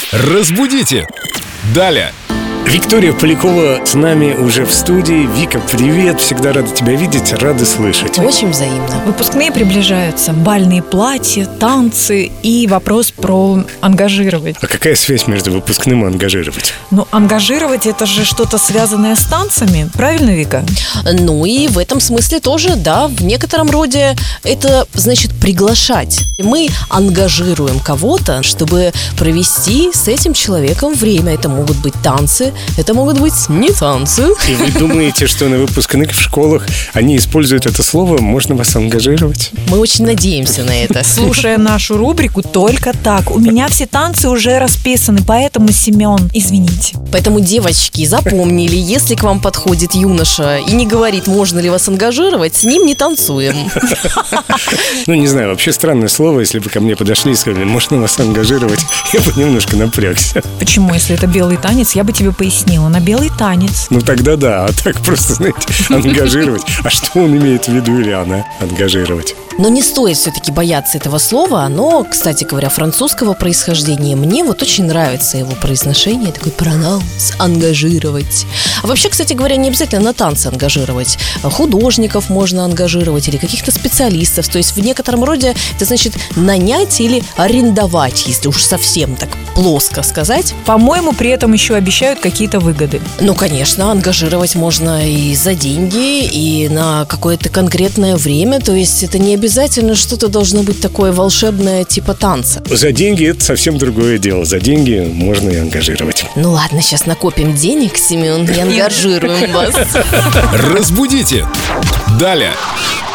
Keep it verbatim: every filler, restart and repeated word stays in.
Разбудите! Далее! Виктория Полякова с нами уже в студии. Вика, привет, всегда рада тебя видеть, рада слышать. Очень взаимно. Выпускные приближаются, бальные платья, танцы и вопрос про ангажировать. А какая связь между выпускным и ангажировать? Ну, ангажировать — это же что-то связанное с танцами, правильно, Вика? Ну и в этом смысле тоже, да, в некотором роде это значит приглашать. Мы ангажируем кого-то, чтобы провести с этим человеком время. Это могут быть танцы, это могут быть не танцы. И вы думаете, что на выпускных в школах они используют это слово, можно вас ангажировать? Мы очень надеемся на это. Слушая нашу рубрику, только так. У меня все танцы уже расписаны, поэтому, Семен, извините. Поэтому, девочки, запомнили, если к вам подходит юноша и не говорит, можно ли вас ангажировать, с ним не танцуем. Ну, не знаю, вообще странное слово, если бы ко мне подошли и сказали, можно вас ангажировать, я бы немножко напрягся. Почему, если это белый танец, я бы тебе пояснила. На белый танец. Ну, тогда да, а так просто, знаете, ангажировать. А что он имеет в виду или она ангажировать? Но не стоит все-таки бояться этого слова. Оно, кстати говоря, французского происхождения. Мне вот очень нравится его произношение. Такой пронаунс – ангажировать. А вообще, кстати говоря, не обязательно на танцы ангажировать. Художников можно ангажировать или каких-то специалистов. То есть в некотором роде это значит нанять или арендовать, если уж совсем так плоско сказать. По-моему, при этом еще обещают какие-то выгоды. Ну, конечно, ангажировать можно и за деньги, и на какое-то конкретное время. То есть это не обязательно что-то должно быть такое волшебное типа танца. За деньги это совсем другое дело. За деньги можно и ангажировать. Ну ладно, сейчас накопим денег, Семен, и ангажируем вас. Разбудите! Далее!